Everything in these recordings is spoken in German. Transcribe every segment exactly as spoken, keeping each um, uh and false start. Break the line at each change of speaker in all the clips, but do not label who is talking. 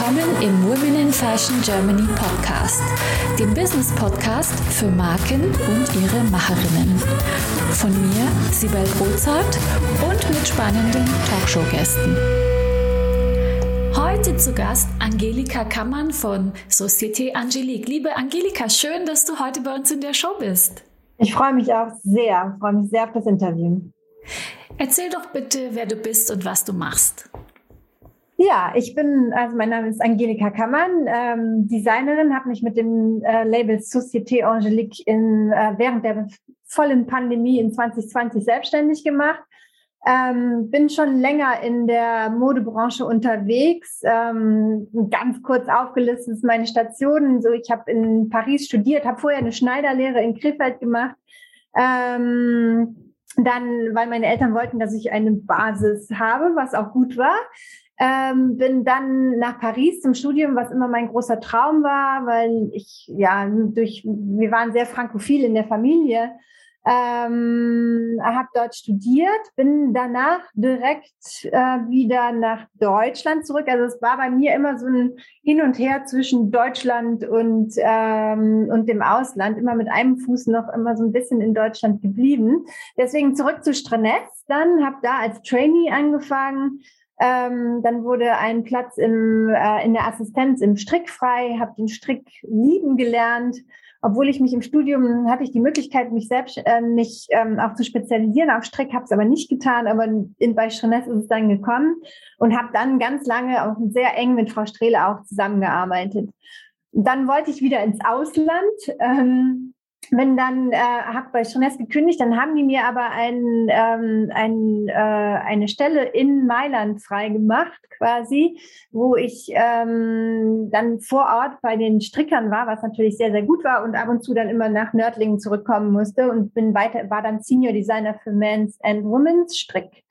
willkommen im Women in Fashion Germany Podcast, dem Business Podcast für Marken und ihre Macherinnen. Von mir, Sibel Rozart, und mit spannenden Talkshow-Gästen. Heute zu Gast Angelika Kammann von Société Angélique. Liebe Angelika, schön, dass du heute bei uns in der Show bist.
Ich freue mich auch sehr, freue mich sehr auf das Interview.
Erzähl doch bitte, wer du bist und was du machst.
Ja, ich bin, also mein Name ist Angelika Kammann, ähm, Designerin, habe mich mit dem äh, Label Société Angélique in, äh, während der vollen Pandemie in zwanzig zwanzig selbstständig gemacht. Ähm, bin schon länger in der Modebranche unterwegs. Ähm, ganz kurz aufgelistet ist meine Stationen. So, ich habe in Paris studiert, habe vorher eine Schneiderlehre in Krefeld gemacht. Ähm, dann, weil meine Eltern wollten, dass ich eine Basis habe, was auch gut war. Ähm, bin dann nach Paris zum Studium, was immer mein großer Traum war, weil ich, ja, durch, wir waren sehr frankophil in der Familie, ähm, habe dort studiert, bin danach direkt äh, wieder nach Deutschland zurück. Also es war bei mir immer so ein Hin und Her zwischen Deutschland und, ähm, und dem Ausland, immer mit einem Fuß noch immer so ein bisschen in Deutschland geblieben. Deswegen zurück zu Strenez, dann habe da als Trainee angefangen. Ähm, dann wurde ein Platz im, äh, in der Assistenz im Strick frei, habe den Strick lieben gelernt. Obwohl ich mich im Studium hatte ich die Möglichkeit, mich selbst äh, nicht ähm, auch zu spezialisieren auf Strick, habe es aber nicht getan. Aber in, bei Strenez ist es dann gekommen und habe dann ganz lange auch sehr eng mit Frau Strehle auch zusammengearbeitet. Dann wollte ich wieder ins Ausland. Ähm, Bin dann, äh, habe bei Strenez gekündigt, dann haben die mir aber ein, ähm, ein, äh, eine Stelle in Mailand freigemacht, quasi, wo ich ähm, dann vor Ort bei den Strickern war, was natürlich sehr, sehr gut war und ab und zu dann immer nach Nördlingen zurückkommen musste und bin weiter, war dann Senior Designer für Men's and Women's Strick.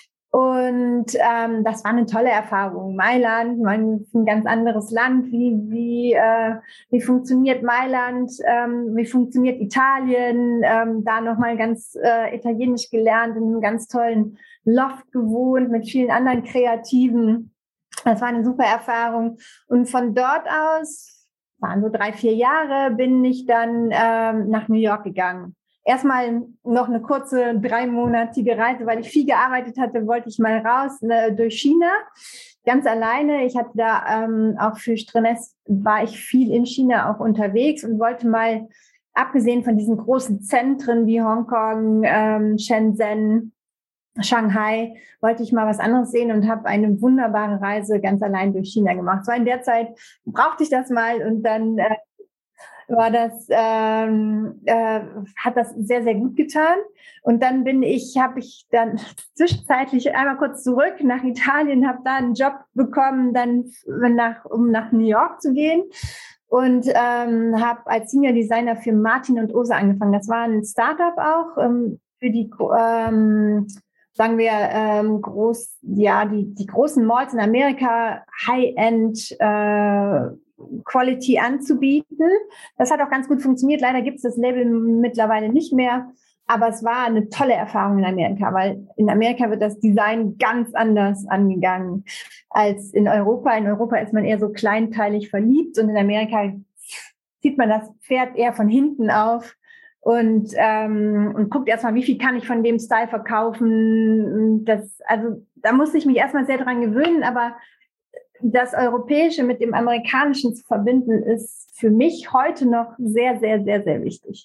Und ähm, das war eine tolle Erfahrung. Mailand, man, ein ganz anderes Land. Wie wie äh, wie funktioniert Mailand? Ähm, wie funktioniert Italien? Ähm, da nochmal ganz äh, Italienisch gelernt, in einem ganz tollen Loft gewohnt mit vielen anderen Kreativen. Das war eine super Erfahrung. Und von dort aus, waren so drei, vier Jahre, bin ich dann ähm, nach New York gegangen. Erstmal noch eine kurze dreimonatige Reise, weil ich viel gearbeitet hatte, wollte ich mal raus ne, durch China, ganz alleine. Ich hatte da ähm, auch für Strenez war ich viel in China auch unterwegs und wollte mal, abgesehen von diesen großen Zentren wie Hongkong, ähm, Shenzhen, Shanghai, wollte ich mal was anderes sehen und habe eine wunderbare Reise ganz allein durch China gemacht. So in der Zeit brauchte ich das mal und dann äh, war das, ähm, äh, hat das sehr, sehr gut getan. Und dann bin ich, habe ich dann zwischenzeitlich einmal kurz zurück nach Italien, habe da einen Job bekommen, dann nach, um nach New York zu gehen und ähm, habe als Senior Designer für Martin und Osa angefangen. Das war ein Startup auch ähm, für die, ähm, sagen wir, ähm, groß, ja, die, die großen Malls in Amerika, High-End, äh, Quality anzubieten. Das hat auch ganz gut funktioniert. Leider gibt es das Label mittlerweile nicht mehr, aber es war eine tolle Erfahrung in Amerika, weil in Amerika wird das Design ganz anders angegangen als in Europa. In Europa ist man eher so kleinteilig verliebt und in Amerika zieht man das Pferd eher von hinten auf und, ähm, und guckt erstmal, wie viel kann ich von dem Style verkaufen. Das, also da musste ich mich erstmal sehr dran gewöhnen, aber das Europäische mit dem Amerikanischen zu verbinden, ist für mich heute noch sehr, sehr, sehr, sehr wichtig.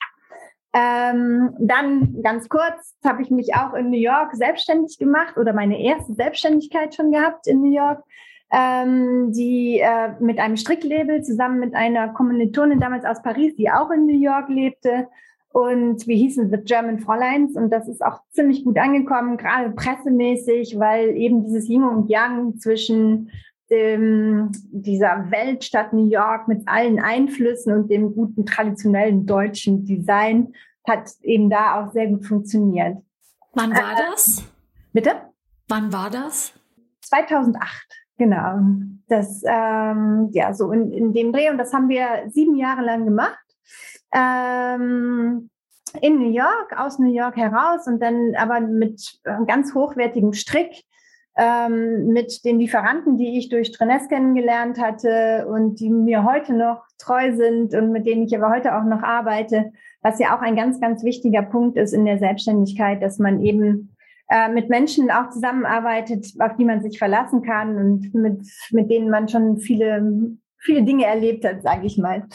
Ähm, dann ganz kurz habe ich mich auch in New York selbstständig gemacht oder meine erste Selbstständigkeit schon gehabt in New York, ähm, die äh, mit einem Stricklabel zusammen mit einer Kommilitonin damals aus Paris, die auch in New York lebte. Und wir hießen The German Fräuleins und das ist auch ziemlich gut angekommen, gerade pressemäßig, weil eben dieses Yin und Yang zwischen dem, dieser Weltstadt New York mit allen Einflüssen und dem guten traditionellen deutschen Design hat eben da auch sehr gut funktioniert.
Wann war das?
Bitte?
Wann war das?
zweitausendacht, genau. Das, ähm, ja, so in, in dem Dreh und das haben wir sieben Jahre lang gemacht. Ähm, in New York, aus New York heraus und dann aber mit ganz hochwertigem Strick. ähm, mit den Lieferanten, die ich durch Trenes kennengelernt hatte und die mir heute noch treu sind und mit denen ich aber heute auch noch arbeite, was ja auch ein ganz, ganz wichtiger Punkt ist in der Selbstständigkeit, dass man eben äh, mit Menschen auch zusammenarbeitet, auf die man sich verlassen kann und mit, mit denen man schon viele, viele Dinge erlebt hat, sage ich mal.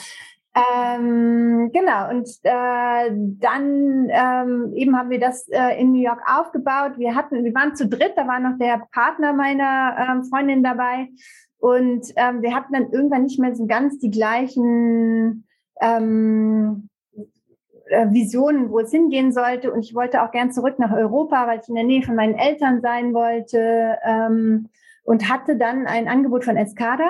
Ähm, genau, und äh, dann ähm, eben haben wir das äh, in New York aufgebaut. Wir hatten, wir waren zu dritt, da war noch der Partner meiner ähm, Freundin dabei und ähm, wir hatten dann irgendwann nicht mehr so ganz die gleichen ähm, Visionen, wo es hingehen sollte. Und ich wollte auch gern zurück nach Europa, weil ich in der Nähe von meinen Eltern sein wollte, ähm, und hatte dann ein Angebot von Escada.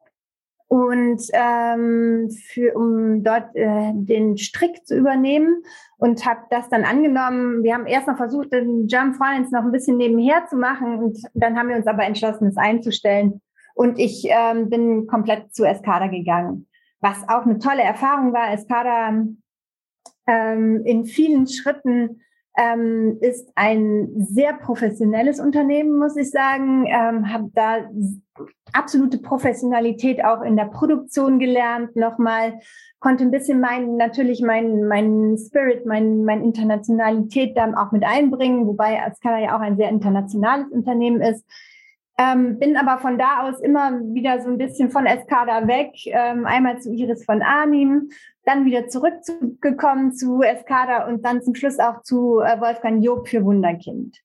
Und ähm, für, um dort äh, den Strick zu übernehmen und habe das dann angenommen. Wir haben erst noch versucht, den German Finance noch ein bisschen nebenher zu machen und dann haben wir uns aber entschlossen, es einzustellen. Und ich ähm, bin komplett zu Escada gegangen, was auch eine tolle Erfahrung war. Escada ähm, in vielen Schritten ähm, ist ein sehr professionelles Unternehmen, muss ich sagen. Ähm, habe da absolute Professionalität auch in der Produktion gelernt, nochmal, konnte ein bisschen mein, natürlich meinen mein Spirit, mein, mein Internationalität dann auch mit einbringen, wobei Escada ja auch ein sehr internationales Unternehmen ist. Ähm, bin aber von da aus immer wieder so ein bisschen von Escada weg, ähm, einmal zu Iris von Arnim, dann wieder zurückgekommen zu Escada und dann zum Schluss auch zu äh, Wolfgang Job für Wunderkind.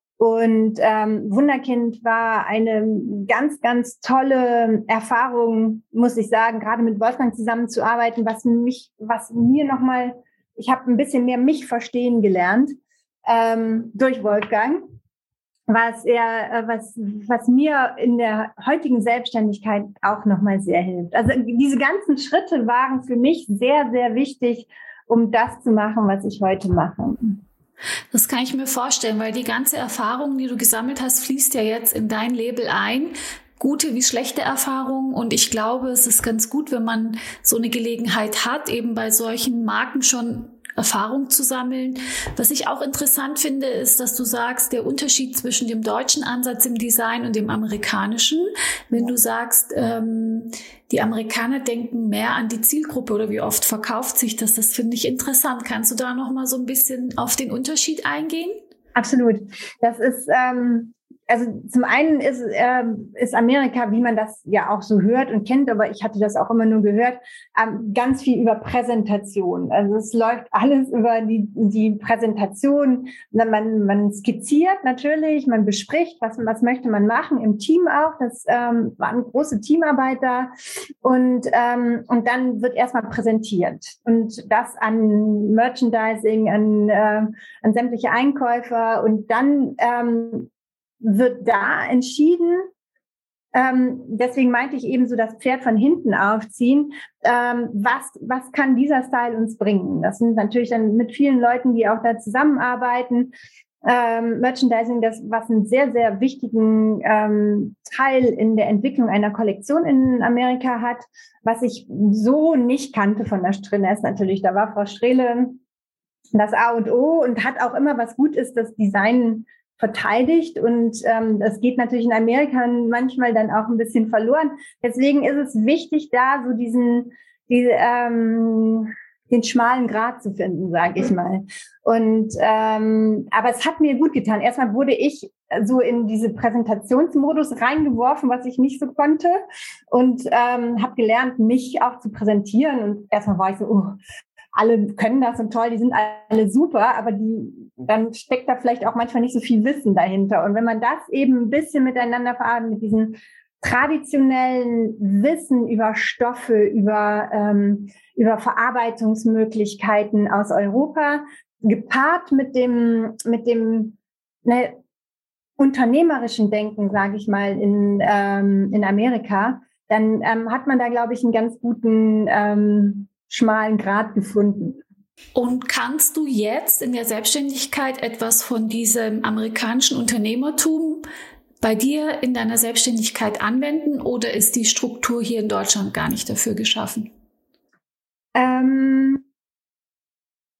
Und ähm, Wunderkind war eine ganz, ganz tolle Erfahrung, muss ich sagen, gerade mit Wolfgang zusammenzuarbeiten, was mich, was mir nochmal, ich habe ein bisschen mehr mich verstehen gelernt ähm, durch Wolfgang. Was er, was, was mir in der heutigen Selbstständigkeit auch nochmal sehr hilft. Also diese ganzen Schritte waren für mich sehr, sehr wichtig, um das zu machen, was ich heute mache.
Das kann ich mir vorstellen, weil die ganze Erfahrung, die du gesammelt hast, fließt ja jetzt in dein Label ein. Gute wie schlechte Erfahrungen. Und ich glaube, es ist ganz gut, wenn man so eine Gelegenheit hat, eben bei solchen Marken schon Erfahrung zu sammeln. Was ich auch interessant finde, ist, dass du sagst, der Unterschied zwischen dem deutschen Ansatz im Design und dem amerikanischen. Wenn du sagst, ähm, die Amerikaner denken mehr an die Zielgruppe oder wie oft verkauft sich das, das finde ich interessant. Kannst du da noch mal so ein bisschen auf den Unterschied eingehen?
Absolut. Das ist ähm Also zum einen ist, äh, ist Amerika, wie man das ja auch so hört und kennt, aber ich hatte das auch immer nur gehört, ähm, ganz viel über Präsentation. Also es läuft alles über die, die Präsentation. Man, man skizziert natürlich, man bespricht, was, was möchte man machen, im Team auch. Das ähm, war eine große Teamarbeit da. Und, ähm, und dann wird erstmal präsentiert. Und das an Merchandising, an, äh, an sämtliche Einkäufer. Und dann ähm, wird da entschieden, ähm, deswegen meinte ich eben so das Pferd von hinten aufziehen, ähm, was, was kann dieser Style uns bringen? Das sind natürlich dann mit vielen Leuten, die auch da zusammenarbeiten. Ähm, Merchandising, das, was einen sehr, sehr wichtigen ähm, Teil in der Entwicklung einer Kollektion in Amerika hat, was ich so nicht kannte von der Trenes natürlich. Da war Frau Strehle das A und O und hat auch immer, was gut ist, das Design verteidigt und ähm, das geht natürlich in Amerika manchmal dann auch ein bisschen verloren. Deswegen ist es wichtig, da so diesen, diese, ähm, den schmalen Grat zu finden, sage ich mal. Und ähm, aber es hat mir gut getan. Erstmal wurde ich so in diese Präsentationsmodus reingeworfen, was ich nicht so konnte und ähm, habe gelernt, mich auch zu präsentieren. Und erstmal war ich so, oh, alle können das und toll, die sind alle super, aber die, dann steckt da vielleicht auch manchmal nicht so viel Wissen dahinter. Und wenn man das eben ein bisschen miteinander verarbeitet, mit diesem traditionellen Wissen über Stoffe, über, ähm, über Verarbeitungsmöglichkeiten aus Europa, gepaart mit dem, mit dem ne, unternehmerischen Denken, sage ich mal, in, ähm, in Amerika, dann ähm, hat man da, glaube ich, einen ganz guten ähm, schmalen Grat gefunden.
Und kannst du jetzt in der Selbstständigkeit etwas von diesem amerikanischen Unternehmertum bei dir in deiner Selbstständigkeit anwenden oder ist die Struktur hier in Deutschland gar nicht dafür geschaffen?
Ähm, ich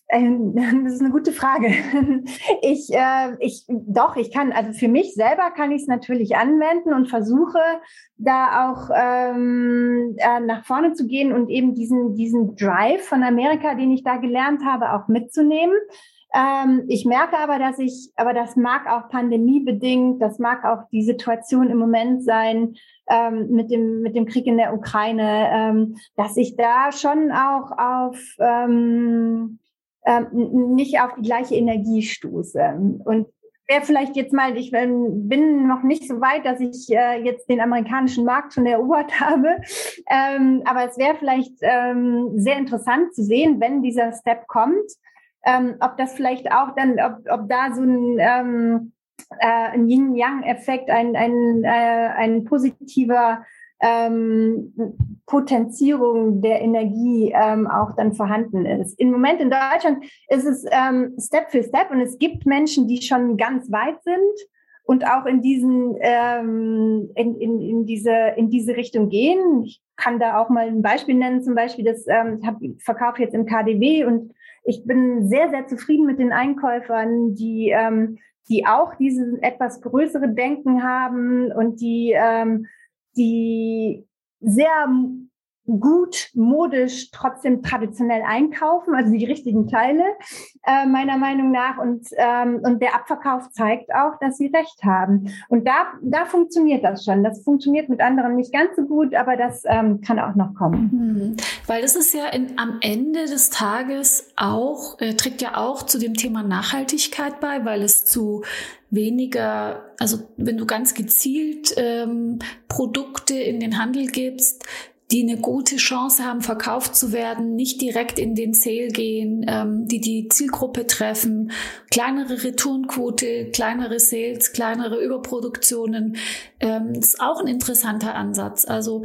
Das ist eine gute Frage. Ich, äh, ich, doch, ich kann, also für mich selber kann ich es natürlich anwenden und versuche da auch ähm, äh, nach vorne zu gehen und eben diesen, diesen Drive von Amerika, den ich da gelernt habe, auch mitzunehmen. Ähm, ich merke aber, dass ich, aber das mag auch pandemiebedingt, das mag auch die Situation im Moment sein, ähm, mit dem, mit dem Krieg in der Ukraine, ähm, dass ich da schon auch auf, ähm, ähm, nicht auf die gleiche Energie stoße. Und wäre vielleicht jetzt mal, ich bin noch nicht so weit, dass ich äh, jetzt den amerikanischen Markt schon erobert habe, ähm, aber es wäre vielleicht ähm, sehr interessant zu sehen, wenn dieser Step kommt, ähm, ob das vielleicht auch dann, ob, ob da so ein, ähm, äh, ein Yin-Yang-Effekt, ein, ein, äh, ein positiver ähm, Potenzierung der Energie ähm, auch dann vorhanden ist. Im Moment in Deutschland ist es ähm, Step für Step und es gibt Menschen, die schon ganz weit sind und auch in diesen ähm, in, in, in diese in diese Richtung gehen. Ich kann da auch mal ein Beispiel nennen, zum Beispiel das ähm, ich, hab, ich verkaufe jetzt im K D W und ich bin sehr sehr zufrieden mit den Einkäufern, die ähm, die auch dieses etwas größere Denken haben und die ähm, die sehr gut modisch trotzdem traditionell einkaufen, also die richtigen Teile äh, meiner Meinung nach und ähm, und der Abverkauf zeigt auch, dass sie recht haben und da da funktioniert das schon. Das funktioniert mit anderen nicht ganz so gut, aber das ähm, kann auch noch kommen.
Mhm. Weil das ist ja in, am Ende des Tages auch äh, trägt ja auch zu dem Thema Nachhaltigkeit bei, weil es zu weniger, also wenn du ganz gezielt ähm, Produkte in den Handel gibst, die eine gute Chance haben, verkauft zu werden, nicht direkt in den Sale gehen, ähm, die die Zielgruppe treffen, kleinere Returnquote, kleinere Sales, kleinere Überproduktionen, ähm, das ist auch ein interessanter Ansatz. Also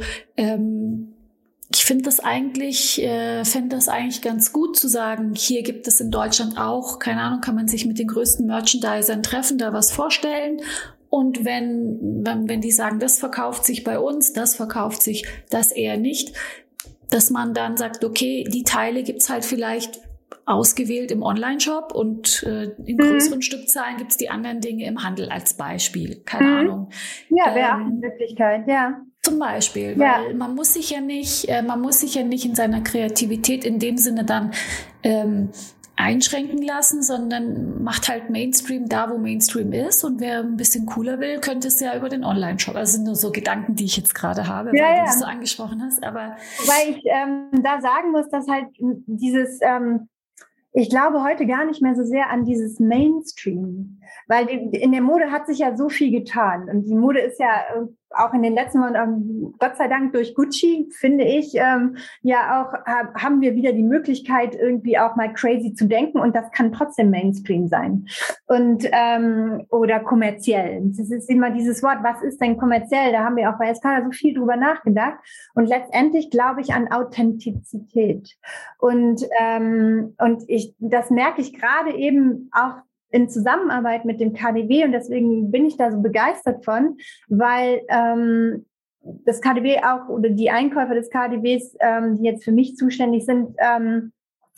ähm, ich finde das eigentlich, äh, fände das eigentlich ganz gut zu sagen, hier gibt es in Deutschland auch, keine Ahnung, kann man sich mit den größten Merchandisern treffen, da was vorstellen. Und wenn, wenn, wenn die sagen, das verkauft sich bei uns, das verkauft sich, das eher nicht, dass man dann sagt, okay, die Teile gibt's halt vielleicht ausgewählt im Online-Shop und äh, in größeren mhm. Stückzahlen gibt's die anderen Dinge im Handel als Beispiel. Keine mhm. Ahnung.
Ja, wäre ähm, auch eine Möglichkeit, ja.
Zum Beispiel,
ja.
weil man muss sich ja nicht, äh, man muss sich ja nicht in seiner Kreativität in dem Sinne dann ähm, einschränken lassen, sondern macht halt Mainstream da, wo Mainstream ist. Und wer ein bisschen cooler will, könnte es ja über den Online-Shop. Also sind nur so Gedanken, die ich jetzt gerade habe,
ja,
weil
ja.
du das so angesprochen hast. Aber
weil ich ähm, da sagen muss, dass halt dieses, ähm, ich glaube heute gar nicht mehr so sehr an dieses Mainstream, weil die, in der Mode hat sich ja so viel getan. Und die Mode ist ja äh, auch in den letzten Monaten, Gott sei Dank durch Gucci, finde ich, ähm, ja auch, hab, haben wir wieder die Möglichkeit, irgendwie auch mal crazy zu denken und das kann trotzdem Mainstream sein und ähm, oder kommerziell. Das ist immer dieses Wort, was ist denn kommerziell? Da haben wir auch bei Escala so viel drüber nachgedacht und letztendlich glaube ich an Authentizität und ähm, und ich, das merke ich gerade eben auch in Zusammenarbeit mit dem K D W und deswegen bin ich da so begeistert von, weil ähm, das K D W auch oder die Einkäufer des K D Ws, ähm, die jetzt für mich zuständig sind, ähm,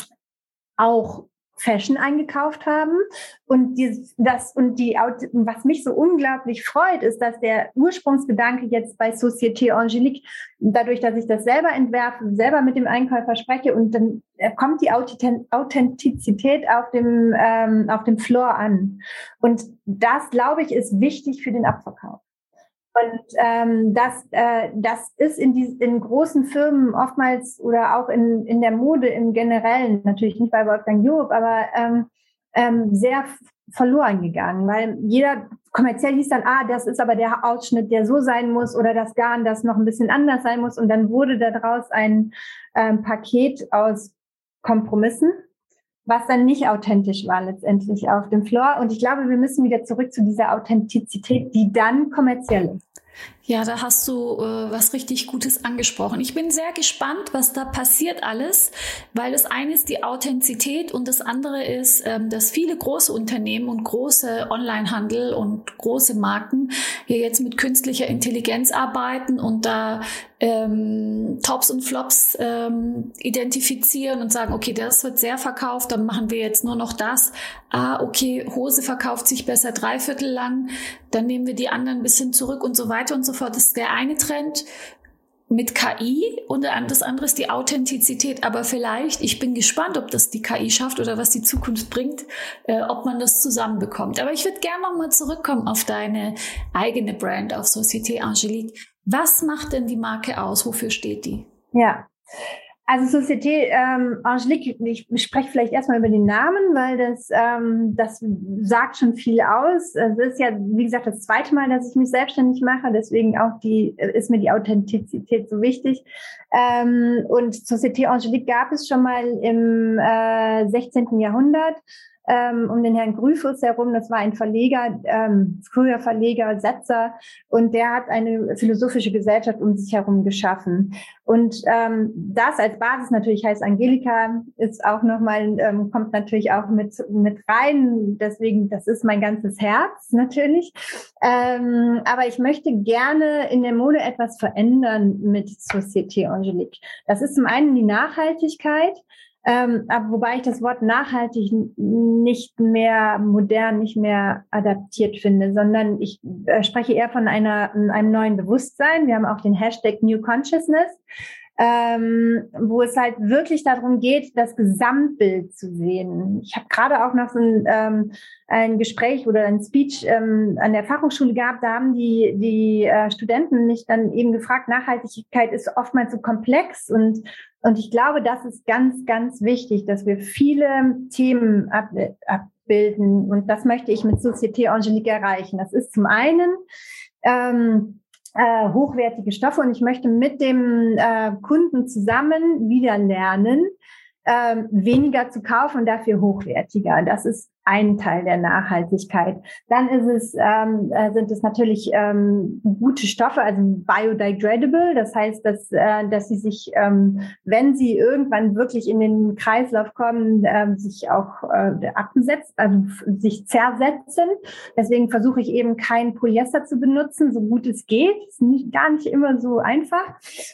auch Fashion eingekauft haben und die, das und die, was mich so unglaublich freut, ist, dass der Ursprungsgedanke jetzt bei Société Angélique, dadurch, dass ich das selber entwerfe, selber mit dem Einkäufer spreche und dann kommt die Authentizität auf dem ähm, auf dem Floor an und das, glaube ich, ist wichtig für den Abverkauf. Und ähm, das, äh, das ist in, die, in großen Firmen oftmals oder auch in, in der Mode im Generellen, natürlich nicht bei Wolfgang Joop, aber ähm, ähm, sehr verloren gegangen, weil jeder kommerziell hieß dann, ah, das ist aber der Ausschnitt, der so sein muss oder das Garn, das noch ein bisschen anders sein muss und dann wurde daraus ein ähm, Paket aus Kompromissen, was dann nicht authentisch war letztendlich auf dem Floor. Und ich glaube, wir müssen wieder zurück zu dieser Authentizität, die dann kommerziell ist.
Ja, da hast du äh, was richtig Gutes angesprochen. Ich bin sehr gespannt, was da passiert alles, weil das eine ist die Authentizität und das andere ist, ähm, dass viele große Unternehmen und große Onlinehandel und große Marken hier jetzt mit künstlicher Intelligenz arbeiten und da ähm, Tops und Flops ähm, identifizieren und sagen, okay, das wird sehr verkauft, dann machen wir jetzt nur noch das. Ah, okay, Hose verkauft sich besser dreiviertel lang, dann nehmen wir die anderen ein bisschen zurück und so weiter und so fort. Das ist der eine Trend mit K I und das andere ist die Authentizität. Aber vielleicht, ich bin gespannt, ob das die K I schafft oder was die Zukunft bringt, äh, ob man das zusammenbekommt. Aber ich würde gerne nochmal zurückkommen auf deine eigene Brand, auf Société Angélique. Was macht denn die Marke aus? Wofür steht die?
Ja, also Société ähm, Angélique, ich spreche vielleicht erstmal über den Namen, weil das, ähm, das sagt schon viel aus. Es ist ja, wie gesagt, das zweite Mal, dass ich mich selbstständig mache, deswegen auch die, ist mir die Authentizität so wichtig. Ähm, und Société Angélique gab es schon mal im äh, sechzehnten Jahrhundert. Ähm, um den Herrn Gryphus herum, das war ein Verleger, ähm, früher Verleger, Setzer, und der hat eine philosophische Gesellschaft um sich herum geschaffen. Und ähm, das als Basis natürlich heißt Angelika, ist auch nochmal, ähm, kommt natürlich auch mit mit rein, deswegen, das ist mein ganzes Herz natürlich. Ähm, aber ich möchte gerne in der Mode etwas verändern mit Société Angélique. Das ist zum einen die Nachhaltigkeit, Ähm, aber wobei ich das Wort nachhaltig nicht mehr modern, nicht mehr adaptiert finde, sondern ich äh, spreche eher von einer, einem neuen Bewusstsein. Wir haben auch den Hashtag New Consciousness, ähm, wo es halt wirklich darum geht, das Gesamtbild zu sehen. Ich habe gerade auch noch so ein, ähm, ein Gespräch oder ein Speech ähm, an der Fachhochschule gehabt, da haben die, die äh, Studenten mich dann eben gefragt, Nachhaltigkeit ist oftmals so komplex und Und ich glaube, das ist ganz, ganz wichtig, dass wir viele Themen ab, abbilden. Und das möchte ich mit Société Angélique erreichen. Das ist zum einen ähm, äh, hochwertige Stoffe. Und ich möchte mit dem äh, Kunden zusammen wieder lernen, äh, weniger zu kaufen und dafür hochwertiger. Das ist ein Teil der Nachhaltigkeit. Dann ist es, ähm, sind es natürlich ähm, gute Stoffe, also biodegradable. Das heißt, dass, äh, dass sie sich, ähm, wenn sie irgendwann wirklich in den Kreislauf kommen, äh, sich auch äh, abgesetzt, also sich zersetzen. Deswegen versuche ich eben kein Polyester zu benutzen, so gut es geht. Ist nicht, gar nicht immer so einfach.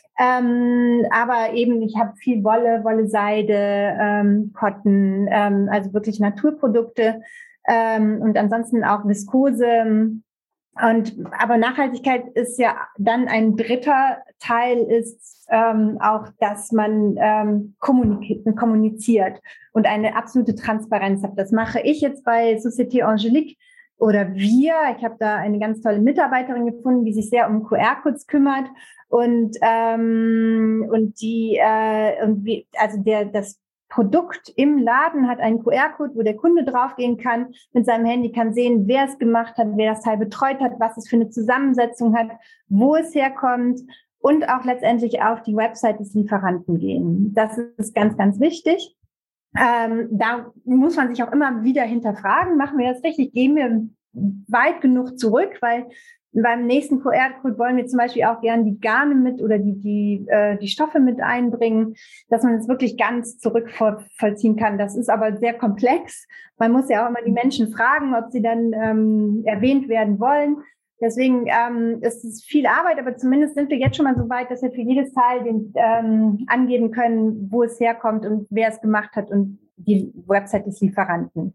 Ähm, aber eben, ich habe viel Wolle, Wolle-Seide, ähm, Cotton, ähm, also wirklich Naturprodukte. Ähm, und ansonsten auch Viskose. Und aber Nachhaltigkeit ist ja dann ein dritter Teil, ist ähm, auch, dass man ähm, kommuniziert und eine absolute Transparenz hat. Das mache ich jetzt bei Société Angélique oder wir. Ich habe da eine ganz tolle Mitarbeiterin gefunden, die sich sehr um Q R-Codes kümmert und ähm, und die äh, und wie, also der das Produkt im Laden hat einen Q R-Code, wo der Kunde draufgehen kann, mit seinem Handy kann sehen, wer es gemacht hat, wer das Teil betreut hat, was es für eine Zusammensetzung hat, wo es herkommt und auch letztendlich auf die Website des Lieferanten gehen. Das ist ganz, ganz wichtig. Ähm, da muss man sich auch immer wieder hinterfragen, machen wir das richtig, gehen wir weit genug zurück, weil beim nächsten Q R-Code wollen wir zum Beispiel auch gerne die Garne mit oder die die äh, die Stoffe mit einbringen, dass man es wirklich ganz zurückvollziehen kann. Das ist aber sehr komplex. Man muss ja auch immer die Menschen fragen, ob sie dann ähm, erwähnt werden wollen. Deswegen ähm, ist es viel Arbeit, aber zumindest sind wir jetzt schon mal so weit, dass wir für jedes Teil den, ähm, angeben können, wo es herkommt und wer es gemacht hat und die Website des Lieferanten.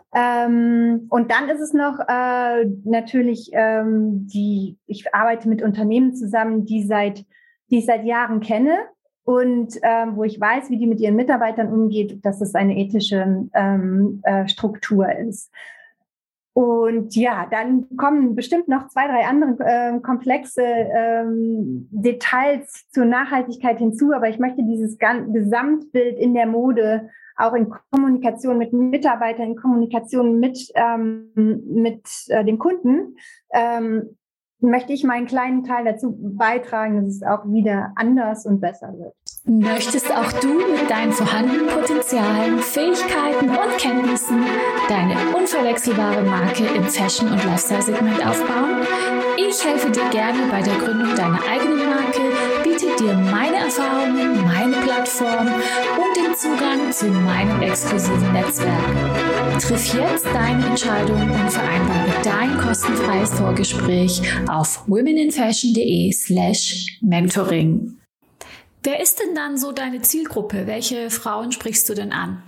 Ähm, und dann ist es noch äh, natürlich ähm, die, ich arbeite mit Unternehmen zusammen, die seit, die ich seit Jahren kenne und ähm, wo ich weiß, wie die mit ihren Mitarbeitern umgeht, dass es eine ethische ähm, äh, Struktur ist. Und ja, dann kommen bestimmt noch zwei, drei andere äh, komplexe ähm, Details zur Nachhaltigkeit hinzu, aber ich möchte dieses Gesamtbild in der Mode auch in Kommunikation mit Mitarbeitern, in Kommunikation mit ähm, mit äh, dem Kunden, ähm, möchte ich meinen kleinen Teil dazu beitragen, dass es auch wieder anders und besser wird.
Möchtest auch du mit deinen vorhandenen Potenzialen, Fähigkeiten und Kenntnissen deine unverwechselbare Marke im Fashion- und Lifestyle-Segment aufbauen? Ich helfe dir gerne bei der Gründung deiner eigenen Marke, biete dir meine Erfahrungen, meine Plattform und den Zugang zu meinem exklusiven Netzwerk. Triff jetzt deine Entscheidung und vereinbare dein kostenfreies Vorgespräch auf womeninfashion.de slash mentoring. Wer ist denn dann so deine Zielgruppe? Welche Frauen sprichst du denn an?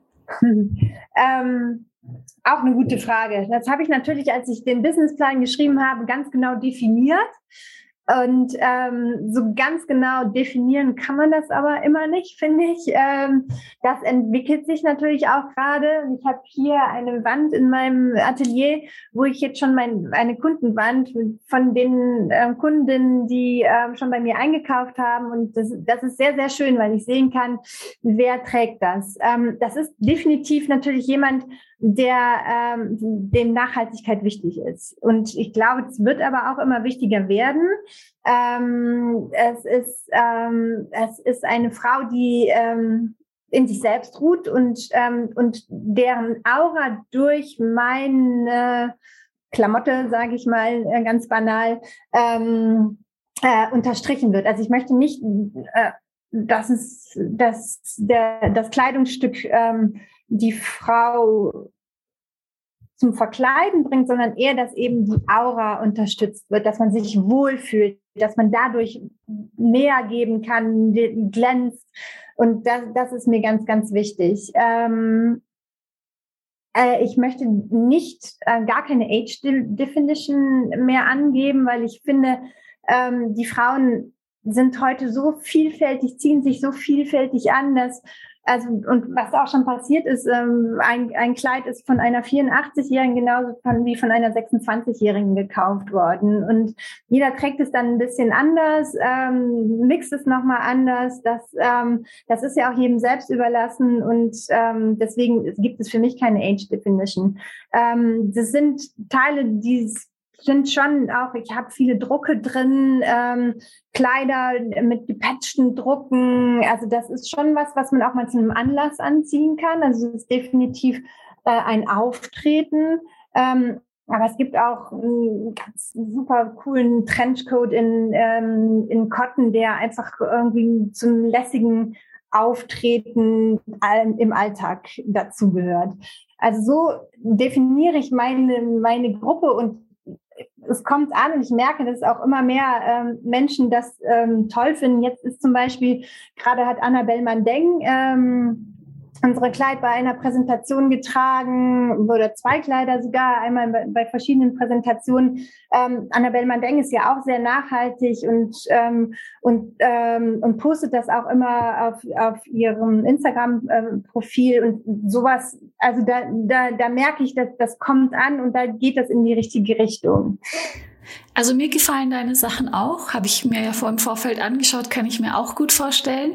ähm, auch eine gute Frage. Das habe ich natürlich, als ich den Businessplan geschrieben habe, ganz genau definiert. Und ähm, so ganz genau definieren kann man das aber immer nicht, finde ich. Ähm, das entwickelt sich natürlich auch gerade. Ich habe hier eine Wand in meinem Atelier, wo ich jetzt schon mein, eine Kundenwand von den äh, Kundinnen, die äh, schon bei mir eingekauft haben. Und das, das ist sehr, sehr schön, weil ich sehen kann, wer trägt das. Ähm, das ist definitiv natürlich jemand, der ähm, dem Nachhaltigkeit wichtig ist. Und ich glaube, es wird aber auch immer wichtiger werden. Ähm, es ist ähm, es ist eine Frau, die ähm, in sich selbst ruht und ähm, und deren Aura durch meine Klamotte, sage ich mal äh, ganz banal, ähm, äh, unterstrichen wird. Also ich möchte nicht, äh, dass es dass der das Kleidungsstück ähm, die Frau zum Verkleiden bringt, sondern eher, dass eben die Aura unterstützt wird, dass man sich wohlfühlt, dass man dadurch mehr geben kann, glänzt. Und das, das ist mir ganz, ganz wichtig. Ähm, äh, ich möchte nicht äh, gar keine Age Definition mehr angeben, weil ich finde, ähm, die Frauen sind heute so vielfältig, ziehen sich so vielfältig an, dass Also, und was auch schon passiert ist, ähm, ein, ein Kleid ist von einer vierundachtzigjährigen genauso von, wie von einer sechsundzwanzigjährigen gekauft worden. Und jeder trägt es dann ein bisschen anders, ähm, mixt es nochmal anders. Das, ähm, das ist ja auch jedem selbst überlassen. Und ähm, deswegen gibt es für mich keine Age Definition. Ähm, das sind Teile, die sind schon auch, ich habe viele Drucke drin, ähm, Kleider mit gepatchten Drucken. Also das ist schon was, was man auch mal zu einem Anlass anziehen kann. Also es ist definitiv äh, ein Auftreten. Ähm, aber es gibt auch einen ganz super coolen Trenchcoat in, ähm, in Cotton, der einfach irgendwie zum lässigen Auftreten im Alltag dazugehört. Also so definiere ich meine, meine Gruppe und es kommt an und ich merke, dass auch immer mehr ähm, Menschen das ähm, toll finden. Jetzt ist zum Beispiel, gerade hat Annabelle Mandeng ähm, unsere Kleid bei einer Präsentation getragen, oder zwei Kleider sogar, einmal bei, bei verschiedenen Präsentationen. Ähm, Annabelle Mandeng ist ja auch sehr nachhaltig und ähm, und ähm, und postet das auch immer auf auf ihrem Instagram-Profil und sowas. Also da da da merke ich, dass das kommt an und da geht das in die richtige Richtung.
Also mir gefallen deine Sachen auch, habe ich mir ja vor im Vorfeld angeschaut, kann ich mir auch gut vorstellen.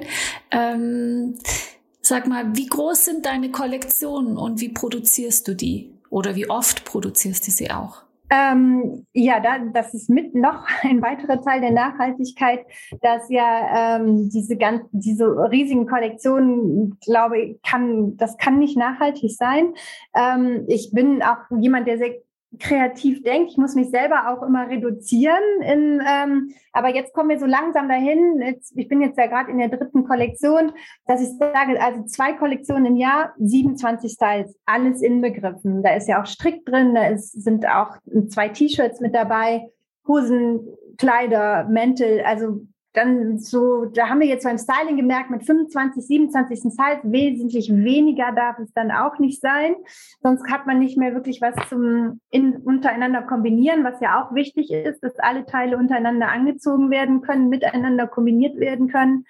Ähm, Sag mal, wie groß sind deine Kollektionen und wie produzierst du die? Oder wie oft produzierst du sie auch?
Ähm, ja, da, das ist mit noch ein weiterer Teil der Nachhaltigkeit, dass ja ähm, diese ganz, diese riesigen Kollektionen, glaube ich, kann, das kann nicht nachhaltig sein. Ähm, ich bin auch jemand, der sehr kreativ denkt. Ich muss mich selber auch immer reduzieren. In, ähm, aber jetzt kommen wir so langsam dahin. Jetzt, ich bin jetzt ja gerade in der dritten Kollektion, dass ich sage, also zwei Kollektionen im Jahr, siebenundzwanzig Styles, alles inbegriffen. Da ist ja auch Strick drin, da ist, sind auch zwei T-Shirts mit dabei, Hosen, Kleider, Mäntel, also dann so, da haben wir jetzt beim Styling gemerkt, mit fünfundzwanzig, siebenundzwanzig Styles wesentlich weniger darf es dann auch nicht sein. Sonst hat man nicht mehr wirklich was zum in, untereinander kombinieren, was ja auch wichtig ist, dass alle Teile untereinander angezogen werden können, miteinander kombiniert werden können.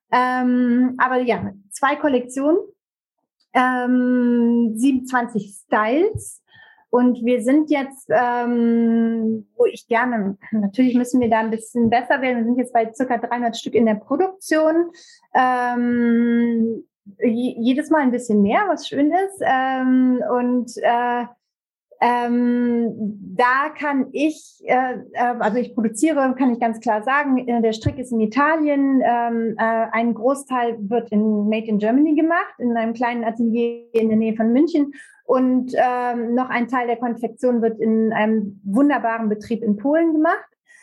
Ähm, aber ja, zwei Kollektionen, ähm, siebenundzwanzig Styles. Und wir sind jetzt, ähm, wo ich gerne, natürlich müssen wir da ein bisschen besser werden. Wir sind jetzt bei circa dreihundert Stück in der Produktion. Ähm, jedes Mal ein bisschen mehr, was schön ist. Ähm, und äh, ähm, da kann ich, äh, also ich produziere, kann ich ganz klar sagen, der Strick ist in Italien. Ähm, äh, ein Großteil wird in Made in Germany gemacht, in einem kleinen Atelier in der Nähe von München. Und ähm, noch ein Teil der Konfektion wird in einem wunderbaren Betrieb in Polen gemacht.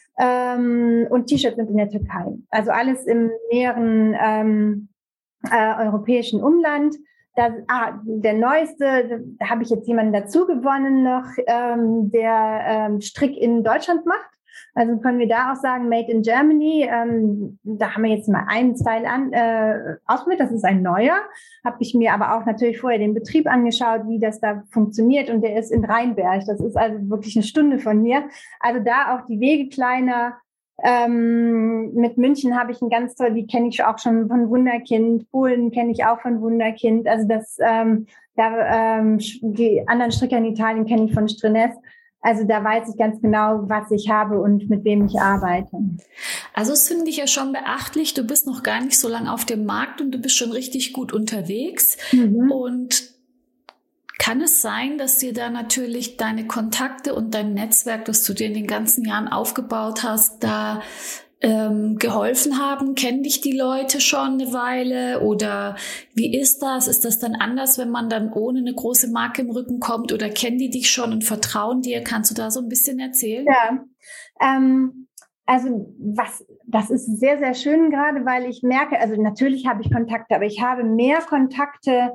Ähm, und T-Shirts sind in der Türkei. Also alles im näheren ähm, äh, europäischen Umland. Das, ah, der neueste, da habe ich jetzt jemanden dazu gewonnen noch, ähm, der ähm, Strick in Deutschland macht. Also können wir da auch sagen, Made in Germany. Ähm, da haben wir jetzt mal einen Style an, äh, ausprobiert. Das ist ein neuer. Habe ich mir aber auch natürlich vorher den Betrieb angeschaut, wie das da funktioniert. Und der ist in Rheinberg. Das ist also wirklich eine Stunde von mir. Also da auch die Wege kleiner. Ähm, mit München habe ich ein ganz toll, die kenne ich auch schon von Wunderkind. Polen kenne ich auch von Wunderkind. Also das, ähm, da, ähm, die anderen Stricker in Italien kenne ich von Strenes. Also da weiß ich ganz genau, was ich habe und mit wem ich arbeite.
Also das finde ich ja schon beachtlich. Du bist noch gar nicht so lange auf dem Markt und du bist schon richtig gut unterwegs. Mhm. Und kann es sein, dass dir da natürlich deine Kontakte und dein Netzwerk, das du dir in den ganzen Jahren aufgebaut hast, da ähm, geholfen haben? Kennen dich die Leute schon eine Weile oder wie ist das? Ist das dann anders, wenn man dann ohne eine große Marke im Rücken kommt oder kennen die dich schon und vertrauen dir? Kannst du da so ein bisschen erzählen?
Ja, ähm, also was, das ist sehr, sehr schön gerade, weil ich merke, also natürlich habe ich Kontakte, aber ich habe mehr Kontakte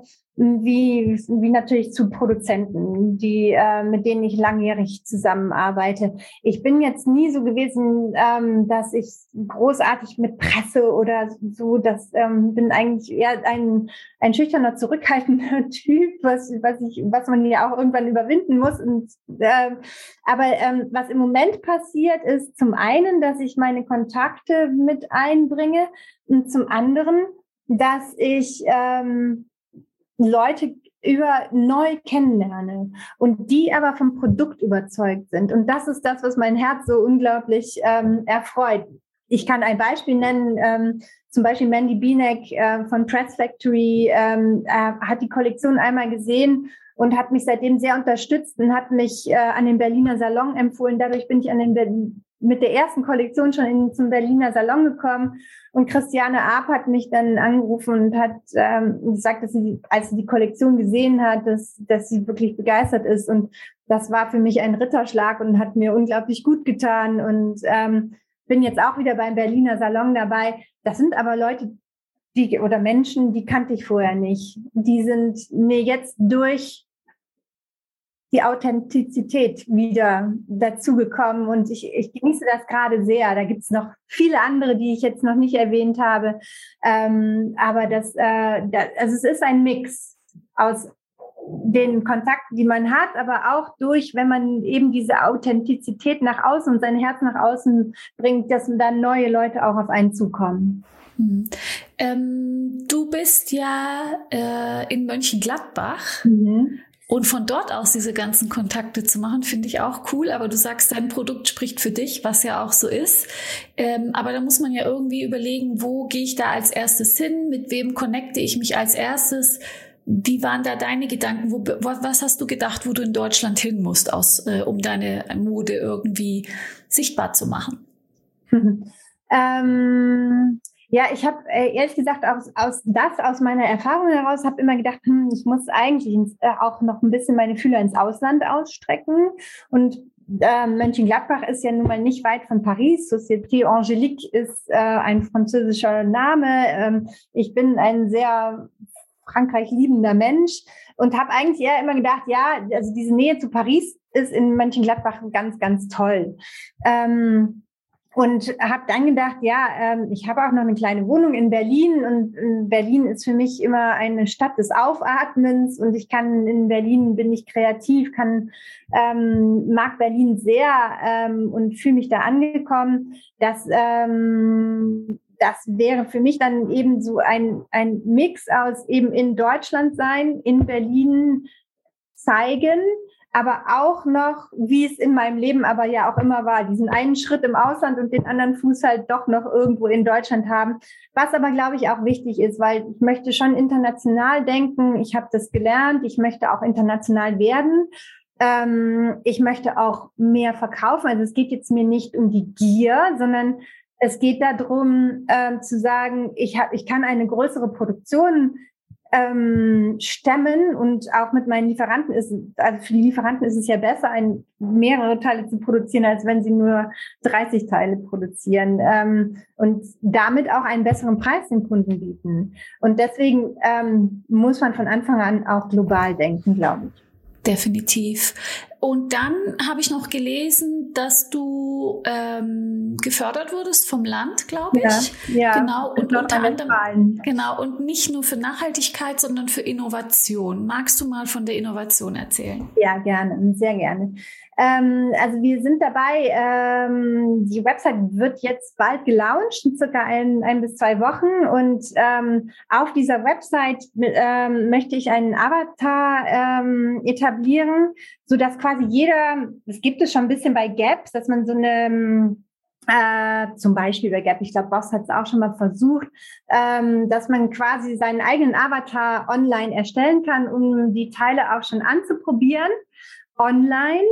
wie, wie natürlich zu Produzenten, die, äh, mit denen ich langjährig zusammenarbeite. Ich bin jetzt nie so gewesen, ähm, dass ich großartig mit Presse oder so, das ähm, bin eigentlich eher ein, ein schüchterner, zurückhaltender Typ, was, was ich, was man ja auch irgendwann überwinden muss. Und, äh, aber ähm, was im Moment passiert, ist zum einen, dass ich meine Kontakte mit einbringe und zum anderen, dass ich ähm, Leute über neu kennenlerne und die aber vom Produkt überzeugt sind. Und das ist das, was mein Herz so unglaublich ähm, erfreut. Ich kann ein Beispiel nennen, ähm, zum Beispiel Mandy Bienek äh, von Press Factory ähm, äh, hat die Kollektion einmal gesehen und hat mich seitdem sehr unterstützt und hat mich äh, an den Berliner Salon empfohlen. Dadurch bin ich an den Berlin mit der ersten Kollektion schon in, zum Berliner Salon gekommen. Und Christiane Arp hat mich dann angerufen und hat ähm, gesagt, dass sie, als sie die Kollektion gesehen hat, dass, dass sie wirklich begeistert ist. Und das war für mich ein Ritterschlag und hat mir unglaublich gut getan. Und ähm, bin jetzt auch wieder beim Berliner Salon dabei. Das sind aber Leute, die oder Menschen, die kannte ich vorher nicht. Die sind mir jetzt durch die Authentizität wieder dazugekommen und ich, ich genieße das gerade sehr. Da gibt's noch viele andere, die ich jetzt noch nicht erwähnt habe, ähm, aber das, äh, das, also es ist ein Mix aus den Kontakten, die man hat, aber auch durch, wenn man eben diese Authentizität nach außen und sein Herz nach außen bringt, dass dann neue Leute auch auf einen zukommen.
Hm. Ähm, du bist ja äh, in Mönchengladbach.
Mhm.
Und von dort aus diese ganzen Kontakte zu machen, finde ich auch cool. Aber du sagst, dein Produkt spricht für dich, was ja auch so ist. Ähm, aber da muss man ja irgendwie überlegen, wo gehe ich da als erstes hin? Mit wem connecte ich mich als erstes? Wie waren da deine Gedanken? Wo, was hast du gedacht, wo du in Deutschland hin musst, aus, äh, um deine Mode irgendwie sichtbar zu machen?
ähm Ja, ich habe äh, ehrlich gesagt aus, aus das aus meiner Erfahrung heraus habe immer gedacht, hm, ich muss eigentlich ins, äh, auch noch ein bisschen meine Fühler ins Ausland ausstrecken. Und äh, Mönchengladbach ist ja nun mal nicht weit von Paris. Société Angélique ist äh, ein französischer Name. Ähm, ich bin ein sehr Frankreich liebender Mensch und habe eigentlich eher immer gedacht, ja, also diese Nähe zu Paris ist in Mönchengladbach ganz, ganz toll. Ähm, Und habe dann gedacht, ja, ähm, ich habe auch noch eine kleine Wohnung in Berlin und in Berlin ist für mich immer eine Stadt des Aufatmens und ich kann in Berlin, bin ich kreativ, kann ähm, mag Berlin sehr ähm, und fühle mich da angekommen. Das, ähm, das wäre für mich dann eben so ein, ein Mix aus eben in Deutschland sein, in Berlin zeigen, aber auch noch, wie es in meinem Leben aber ja auch immer war, diesen einen Schritt im Ausland und den anderen Fuß halt doch noch irgendwo in Deutschland haben. Was aber, glaube ich, auch wichtig ist, weil ich möchte schon international denken. Ich habe das gelernt. Ich möchte auch international werden. Ähm, ich möchte auch mehr verkaufen. Also es geht jetzt mir nicht um die Gier, sondern es geht darum, ähm, zu sagen, ich, hab, ich kann eine größere Produktion ähm, stemmen, und auch mit meinen Lieferanten ist, also für die Lieferanten ist es ja besser, ein, mehrere Teile zu produzieren, als wenn sie nur dreißig Teile produzieren, ähm, und damit auch einen besseren Preis den Kunden bieten. Und deswegen ähm, muss man von Anfang an auch global denken, glaube ich.
Definitiv. Und dann habe ich noch gelesen, dass du ähm, gefördert wurdest vom Land, glaube ich.
Ja, ja.
Genau. Und unter anderem, genau. Und nicht nur für Nachhaltigkeit, sondern für Innovation. Magst du mal von der Innovation erzählen?
Ja, gerne, sehr gerne. Ähm, also wir sind dabei, ähm, die Website wird jetzt bald gelauncht, in circa ein, ein bis zwei Wochen. Und ähm, auf dieser Website ähm, möchte ich einen Avatar ähm, etablieren, sodass quasi jeder, das gibt es schon ein bisschen bei Gap, dass man so eine, äh, zum Beispiel bei Gap, ich glaube, Boss hat es auch schon mal versucht, ähm, dass man quasi seinen eigenen Avatar online erstellen kann, um die Teile auch schon anzuprobieren, online.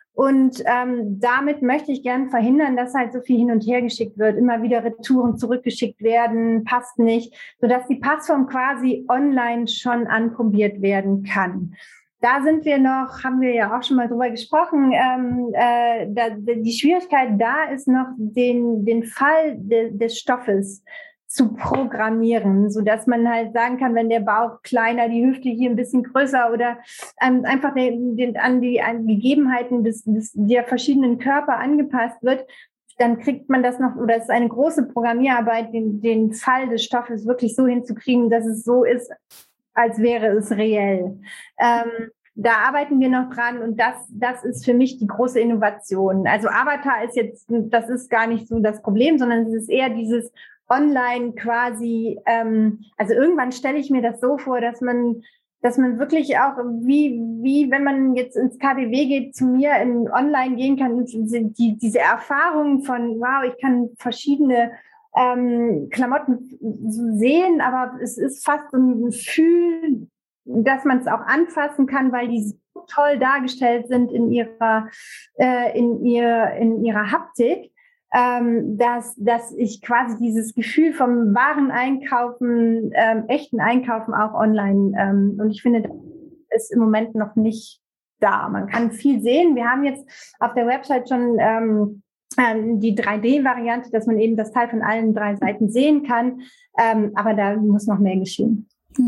Und ähm, damit möchte ich gern verhindern, dass halt so viel hin und her geschickt wird, immer wieder Retouren zurückgeschickt werden, passt nicht, sodass die Passform quasi online schon anprobiert werden kann. Da sind wir noch, haben wir ja auch schon mal drüber gesprochen, ähm, äh, da, die Schwierigkeit da ist noch, den, den Fall de, des Stoffes zu programmieren, so dass man halt sagen kann, wenn der Bauch kleiner, die Hüfte hier ein bisschen größer oder ähm, einfach den, den, an die an Gegebenheiten des, des, der verschiedenen Körper angepasst wird, dann kriegt man das noch, oder es ist eine große Programmierarbeit, den, den Fall des Stoffes wirklich so hinzukriegen, dass es so ist, als wäre es reell. Ähm, da arbeiten wir noch dran, und das, das ist für mich die große Innovation. Also Avatar ist jetzt, das ist gar nicht so das Problem, sondern es ist eher dieses online quasi, ähm, also irgendwann stelle ich mir das so vor, dass man, dass man wirklich auch, wie, wie wenn man jetzt ins K D W geht, zu mir in online gehen kann, die, diese Erfahrung von, wow, ich kann verschiedene ähm, Klamotten sehen, aber es ist fast so ein Gefühl, dass man es auch anfassen kann, weil die so toll dargestellt sind in ihrer, äh, in ihr, in ihrer Haptik. Ähm, dass, dass ich quasi dieses Gefühl vom wahren Einkaufen, ähm, echten Einkaufen auch online, ähm, und ich finde, das ist im Moment noch nicht da. Man kann viel sehen. Wir haben jetzt auf der Website schon ähm, ähm, die drei D-Variante, dass man eben das Teil von allen drei Seiten sehen kann, ähm, aber da muss noch mehr geschehen.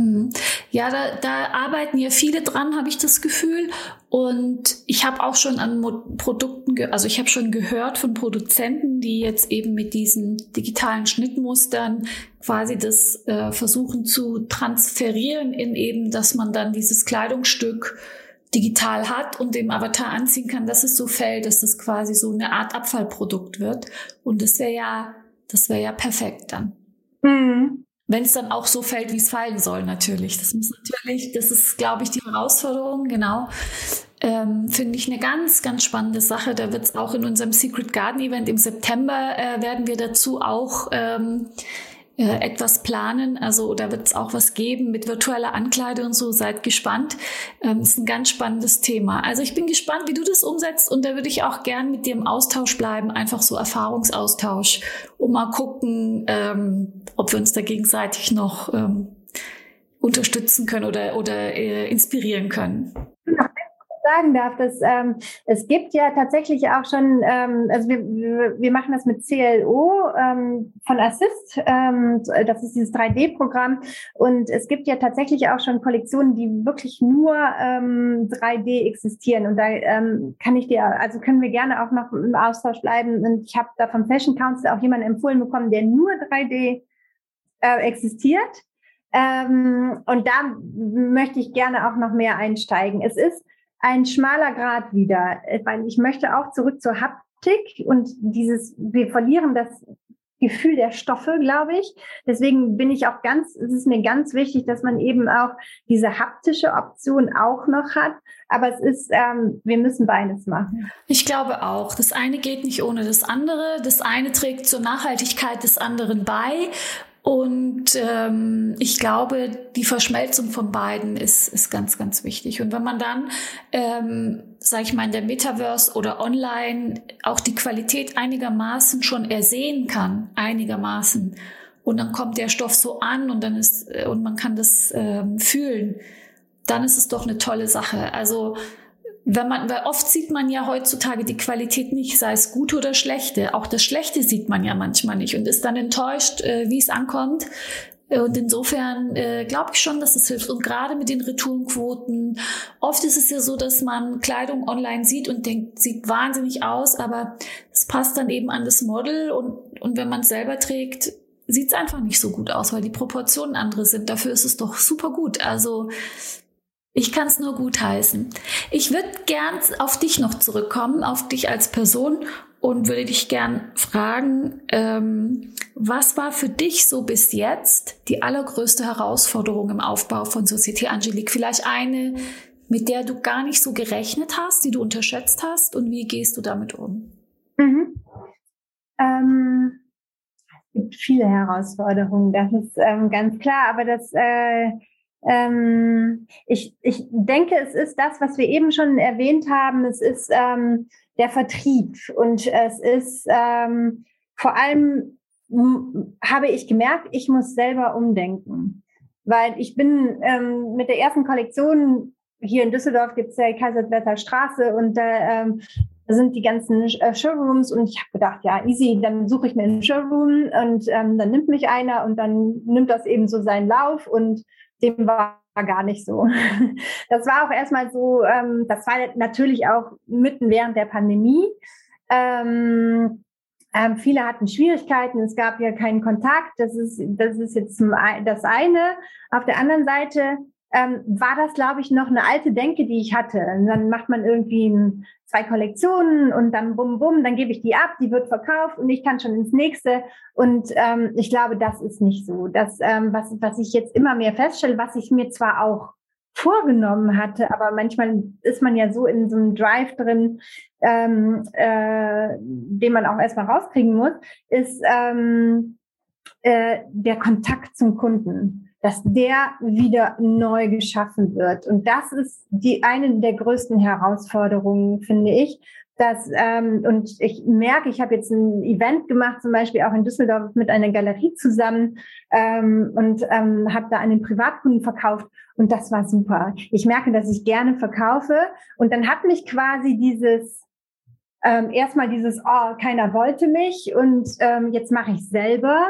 Ja, da, da arbeiten ja viele dran, habe ich das Gefühl. Und ich habe auch schon an Mo- Produkten, ge- also ich habe schon gehört von Produzenten, die jetzt eben mit diesen digitalen Schnittmustern quasi das äh, versuchen zu transferieren in eben, dass man dann dieses Kleidungsstück digital hat und dem Avatar anziehen kann, dass es so fällt, dass das quasi so eine Art Abfallprodukt wird. Und das wäre ja, das wäre ja perfekt dann.
Mhm.
Wenn es dann auch so fällt, wie es fallen soll, natürlich. Das muss natürlich, das ist, glaube ich, die Herausforderung, genau. Ähm, finde ich eine ganz, ganz spannende Sache. Da wird es auch in unserem Secret Garden Event im September, äh, werden wir dazu auch ähm, äh, etwas planen. Also da wird es auch was geben mit virtueller Ankleide und so. Seid gespannt. Ähm, ist ein ganz spannendes Thema. Also ich bin gespannt, wie du das umsetzt, und da würde ich auch gern mit dir im Austausch bleiben, einfach so Erfahrungsaustausch, und mal gucken, ähm, ob wir uns da gegenseitig noch ähm, unterstützen können oder, oder äh, inspirieren können.
Sagen darf, dass ähm, es gibt ja tatsächlich auch schon, ähm, also wir, wir, wir machen das mit C L O ähm, von Assist, ähm, das ist dieses drei D-Programm, und es gibt ja tatsächlich auch schon Kollektionen, die wirklich nur ähm, drei D existieren, und da ähm, kann ich dir, also können wir gerne auch noch im Austausch bleiben, und ich habe da vom Fashion Council auch jemanden empfohlen bekommen, der nur drei D äh, existiert, ähm, und da möchte ich gerne auch noch mehr einsteigen. Es ist ein schmaler Grat wieder, weil ich möchte auch zurück zur Haptik, und dieses, wir verlieren das Gefühl der Stoffe, glaube ich. Deswegen bin ich auch ganz, es ist mir ganz wichtig, dass man eben auch diese haptische Option auch noch hat. Aber es ist, ähm, wir müssen beides machen.
Ich glaube auch, das eine geht nicht ohne das andere. Das eine trägt zur Nachhaltigkeit des anderen bei. Und ähm, ich glaube, die Verschmelzung von beiden ist, ist ganz, ganz wichtig. Und wenn man dann, ähm, sage ich mal, in der Metaverse oder online auch die Qualität einigermaßen schon ersehen kann, einigermaßen, und dann kommt der Stoff so an und dann ist, und man kann das ähm, fühlen, dann ist es doch eine tolle Sache. Also, wenn man, weil oft sieht man ja heutzutage die Qualität nicht, sei es gute oder schlechte. Auch das Schlechte sieht man ja manchmal nicht und ist dann enttäuscht, äh, wie es ankommt. Und insofern äh, glaube ich schon, dass es hilft. Und gerade mit den Retourenquoten, oft ist es ja so, dass man Kleidung online sieht und denkt, sieht wahnsinnig aus, aber es passt dann eben an das Model und, und wenn man es selber trägt, sieht es einfach nicht so gut aus, weil die Proportionen andere sind. Dafür ist es doch super gut. Also ich kann es nur gut heißen. Ich würde gern auf dich noch zurückkommen, auf dich als Person und würde dich gern fragen, ähm, was war für dich so bis jetzt die allergrößte Herausforderung im Aufbau von Société Angélique? Vielleicht eine, mit der du gar nicht so gerechnet hast, die du unterschätzt hast, und wie gehst du damit um?
Mhm. Ähm, es gibt viele Herausforderungen, das ist ähm, ganz klar, aber das äh, ähm, ich, ich denke, es ist das, was wir eben schon erwähnt haben, es ist ähm, der Vertrieb und es ist ähm, vor allem m- habe ich gemerkt, ich muss selber umdenken, weil ich bin ähm, mit der ersten Kollektion hier in Düsseldorf, gibt es ja die Kaiserswerther Straße und da ähm, sind die ganzen äh, Showrooms und ich habe gedacht, ja easy, dann suche ich mir einen Showroom und ähm, dann nimmt mich einer und dann nimmt das eben so seinen Lauf und dem war gar nicht so. Das war auch erstmal so, ähm, das war natürlich auch mitten während der Pandemie. Ähm, ähm, viele hatten Schwierigkeiten, es gab ja keinen Kontakt, das ist, das ist jetzt das eine. Auf der anderen Seite ähm, war das, glaube ich, noch eine alte Denke, die ich hatte. Und dann macht man irgendwie ein, zwei Kollektionen und dann bum, bum, dann gebe ich die ab, die wird verkauft und ich kann schon ins nächste. Und ähm, ich glaube, das ist nicht so. Das, ähm, was, was ich jetzt immer mehr feststelle, was ich mir zwar auch vorgenommen hatte, aber manchmal ist man ja so in so einem Drive drin, ähm, äh, den man auch erstmal rauskriegen muss, ist ähm, äh, der Kontakt zum Kunden, dass der wieder neu geschaffen wird. Und das ist die eine der größten Herausforderungen, finde ich. Dass, ähm, und ich merke, ich habe jetzt ein Event gemacht, zum Beispiel auch in Düsseldorf mit einer Galerie zusammen ähm, und ähm, habe da einen Privatkunden verkauft und das war super. Ich merke, dass ich gerne verkaufe und dann hat mich quasi dieses ähm, erstmal dieses, oh, keiner wollte mich und ähm, jetzt mache ich selber,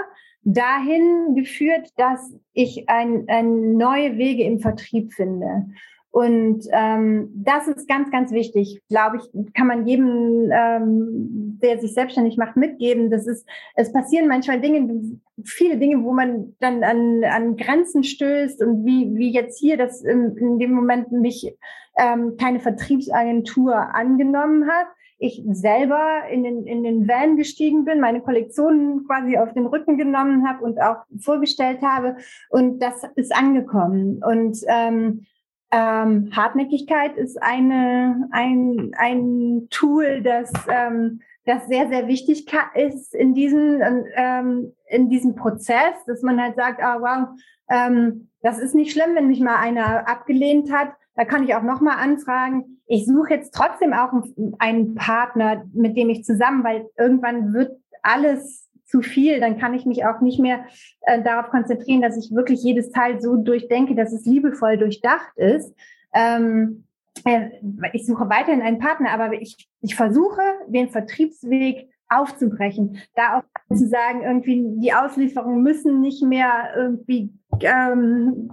dahin geführt, dass ich ein, ein neue Wege im Vertrieb finde. Und ähm, das ist ganz, ganz wichtig, glaube ich, kann man jedem, ähm, der sich selbstständig macht, mitgeben. Das ist, es passieren manchmal Dinge, viele Dinge, wo man dann an, an Grenzen stößt und wie, wie jetzt hier, dass in, in dem Moment mich ähm, keine Vertriebsagentur angenommen hat. Ich selber in den, in den Van gestiegen bin, meine Kollektionen quasi auf den Rücken genommen habe und auch vorgestellt habe. Und das ist angekommen. Und ähm, ähm, Hartnäckigkeit ist eine, ein, ein Tool, das, ähm, das sehr, sehr wichtig ist in diesem, ähm, in diesem Prozess, dass man halt sagt, ah, wow, ähm, das ist nicht schlimm, wenn mich mal einer abgelehnt hat. Da kann ich auch nochmal anfragen. Ich suche jetzt trotzdem auch einen Partner, mit dem ich zusammen, weil irgendwann wird alles zu viel. Dann kann ich mich auch nicht mehr äh, darauf konzentrieren, dass ich wirklich jedes Teil so durchdenke, dass es liebevoll durchdacht ist. Ähm, äh, ich suche weiterhin einen Partner, aber ich, ich versuche, den Vertriebsweg aufzubrechen. Da auch zu sagen, irgendwie die Auslieferungen müssen nicht mehr irgendwie ähm,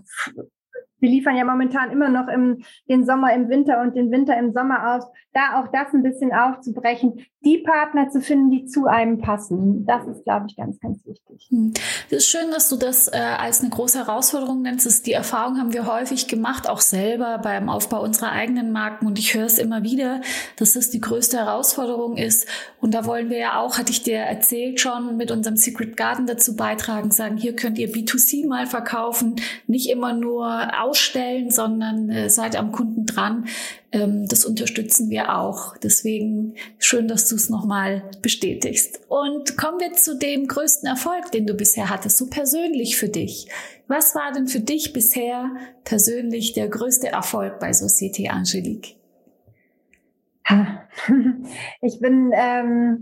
wir liefern ja momentan immer noch im, den Sommer im Winter und den Winter im Sommer aus. Da auch das ein bisschen aufzubrechen, die Partner zu finden, die zu einem passen. Das ist, glaube ich, ganz, ganz wichtig.
Es ist schön, dass du das äh, als eine große Herausforderung nennst. Das, die Erfahrung haben wir häufig gemacht, auch selber beim Aufbau unserer eigenen Marken. Und ich höre es immer wieder, dass das die größte Herausforderung ist. Und da wollen wir ja auch, hatte ich dir erzählt, schon mit unserem Secret Garden dazu beitragen, sagen, hier könnt ihr B zwei C mal verkaufen, nicht immer nur ausstellen, sondern äh, seid am Kunden dran. Ähm, das unterstützen wir auch. Deswegen schön, dass du es nochmal bestätigst. Und kommen wir zu dem größten Erfolg, den du bisher hattest, so persönlich für dich. Was war denn für dich bisher persönlich der größte Erfolg bei Société Angélique?
Ich bin, ähm,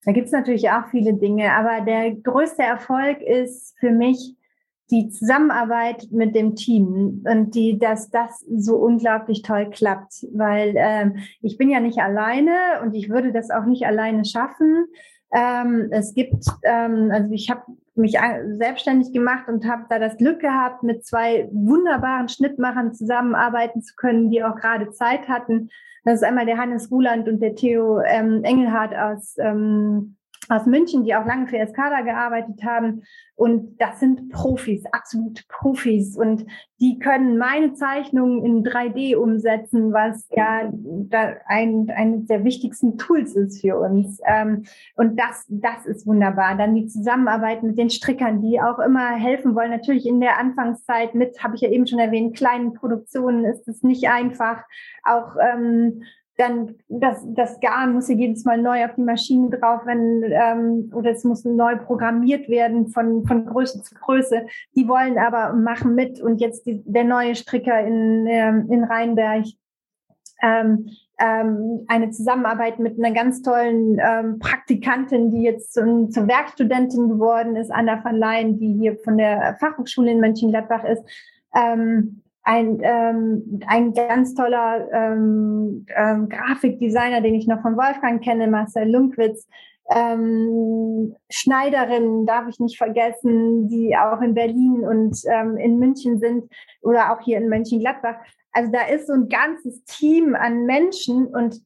Da gibt es natürlich auch viele Dinge, aber der größte Erfolg ist für mich die Zusammenarbeit mit dem Team und die, dass das so unglaublich toll klappt, weil ähm, ich bin ja nicht alleine und ich würde das auch nicht alleine schaffen. Ähm, es gibt, ähm, also ich habe mich selbstständig gemacht und habe da das Glück gehabt, mit zwei wunderbaren Schnittmachern zusammenarbeiten zu können, die auch gerade Zeit hatten. Das ist einmal der Hannes Ruland und der Theo ähm, Engelhardt aus ähm, aus München, die auch lange für Escada gearbeitet haben. Und das sind Profis, absolute Profis. Und die können meine Zeichnungen in drei D umsetzen, was ja da ein, eines der wichtigsten Tools ist für uns. Ähm, und das, das ist wunderbar. Dann die Zusammenarbeit mit den Strickern, die auch immer helfen wollen. Natürlich in der Anfangszeit mit, habe ich ja eben schon erwähnt, kleinen Produktionen ist es nicht einfach. Auch ähm, Dann das, das Garn muss ja jedes Mal neu auf die Maschinen drauf, wenn ähm, oder es muss neu programmiert werden von von Größe zu Größe. Die wollen aber machen mit und jetzt die, der neue Stricker in ähm, in Rheinberg ähm, ähm, eine Zusammenarbeit mit einer ganz tollen ähm, Praktikantin, die jetzt zum, zur Werkstudentin geworden ist, Anna van Leyen, die hier von der Fachhochschule in Mönchengladbach ist. Ähm, Ein, ähm, ein ganz toller ähm, ähm, Grafikdesigner, den ich noch von Wolfgang kenne, Marcel Lunkwitz. Ähm, Schneiderinnen darf ich nicht vergessen, die auch in Berlin und ähm, in München sind oder auch hier in Mönchengladbach. Also da ist so ein ganzes Team an Menschen und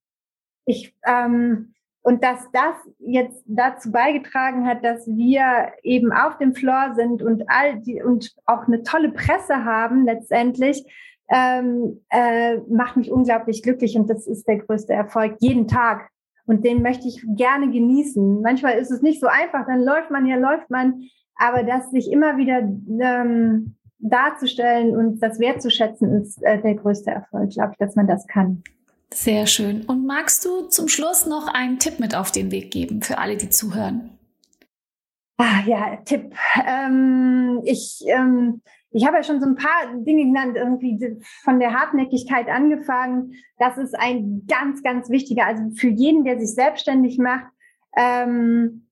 ich ähm, und dass das jetzt dazu beigetragen hat, dass wir eben auf dem Floor sind und all die und auch eine tolle Presse haben letztendlich, ähm, äh, macht mich unglaublich glücklich und das ist der größte Erfolg jeden Tag. Und den möchte ich gerne genießen. Manchmal ist es nicht so einfach, dann läuft man ja, läuft man, aber das sich immer wieder ähm, darzustellen und das wertzuschätzen, ist äh, der größte Erfolg, glaube ich, dass man das kann.
Sehr schön. Und magst du zum Schluss noch einen Tipp mit auf den Weg geben für alle, die zuhören?
Ah, ja, Tipp. Ähm, ich ähm, ich habe ja schon so ein paar Dinge genannt, irgendwie von der Hartnäckigkeit angefangen. Das ist ein ganz, ganz wichtiger, also für jeden, der sich selbstständig macht, ähm,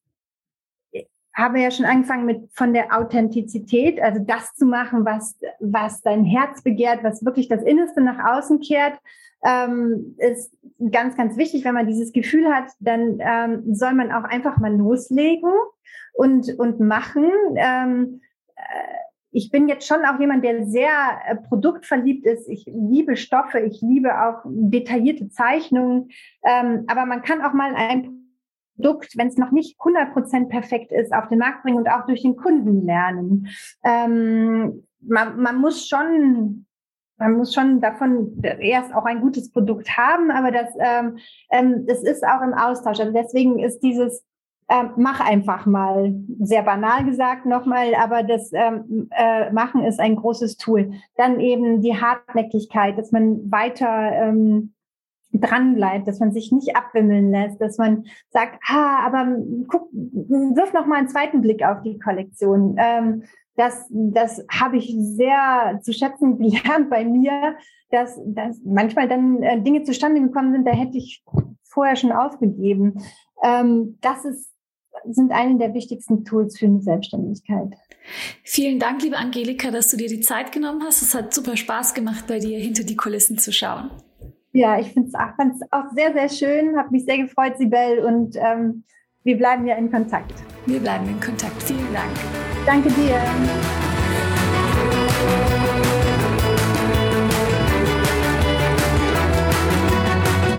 habe ja schon angefangen mit von der Authentizität, also das zu machen, was was dein Herz begehrt, was wirklich das Innerste nach außen kehrt. Ähm, ist ganz, ganz wichtig, wenn man dieses Gefühl hat, dann ähm, soll man auch einfach mal loslegen und und machen. Ähm, äh, ich bin jetzt schon auch jemand, der sehr äh, produktverliebt ist. Ich liebe Stoffe, ich liebe auch detaillierte Zeichnungen, ähm, aber man kann auch mal ein Produkt, wenn es noch nicht hundert Prozent perfekt ist, auf den Markt bringen und auch durch den Kunden lernen. Ähm, man, man muss schon Man muss schon davon erst auch ein gutes Produkt haben, aber das, ähm, ähm, das ist auch im Austausch. Also deswegen ist dieses ähm, mach einfach mal, sehr banal gesagt nochmal, aber das ähm, äh, Machen ist ein großes Tool. Dann eben die Hartnäckigkeit, dass man weiter ähm, dran bleibt, dass man sich nicht abwimmeln lässt, dass man sagt, ah, aber guck, wirf noch mal einen zweiten Blick auf die Kollektion. Ähm, Das, das habe ich sehr zu schätzen gelernt bei mir, dass, dass manchmal dann äh, Dinge zustande gekommen sind, da hätte ich vorher schon aufgegeben. Ähm, das ist, sind eine der wichtigsten Tools für eine Selbstständigkeit.
Vielen Dank, liebe Angelika, dass du dir die Zeit genommen hast. Es hat super Spaß gemacht, bei dir hinter die Kulissen zu schauen.
Ja, ich finde es auch, auch sehr, sehr schön. Habe mich sehr gefreut, Sibel, und ähm, wir bleiben ja in Kontakt.
Wir bleiben in Kontakt. Vielen Dank.
Danke dir.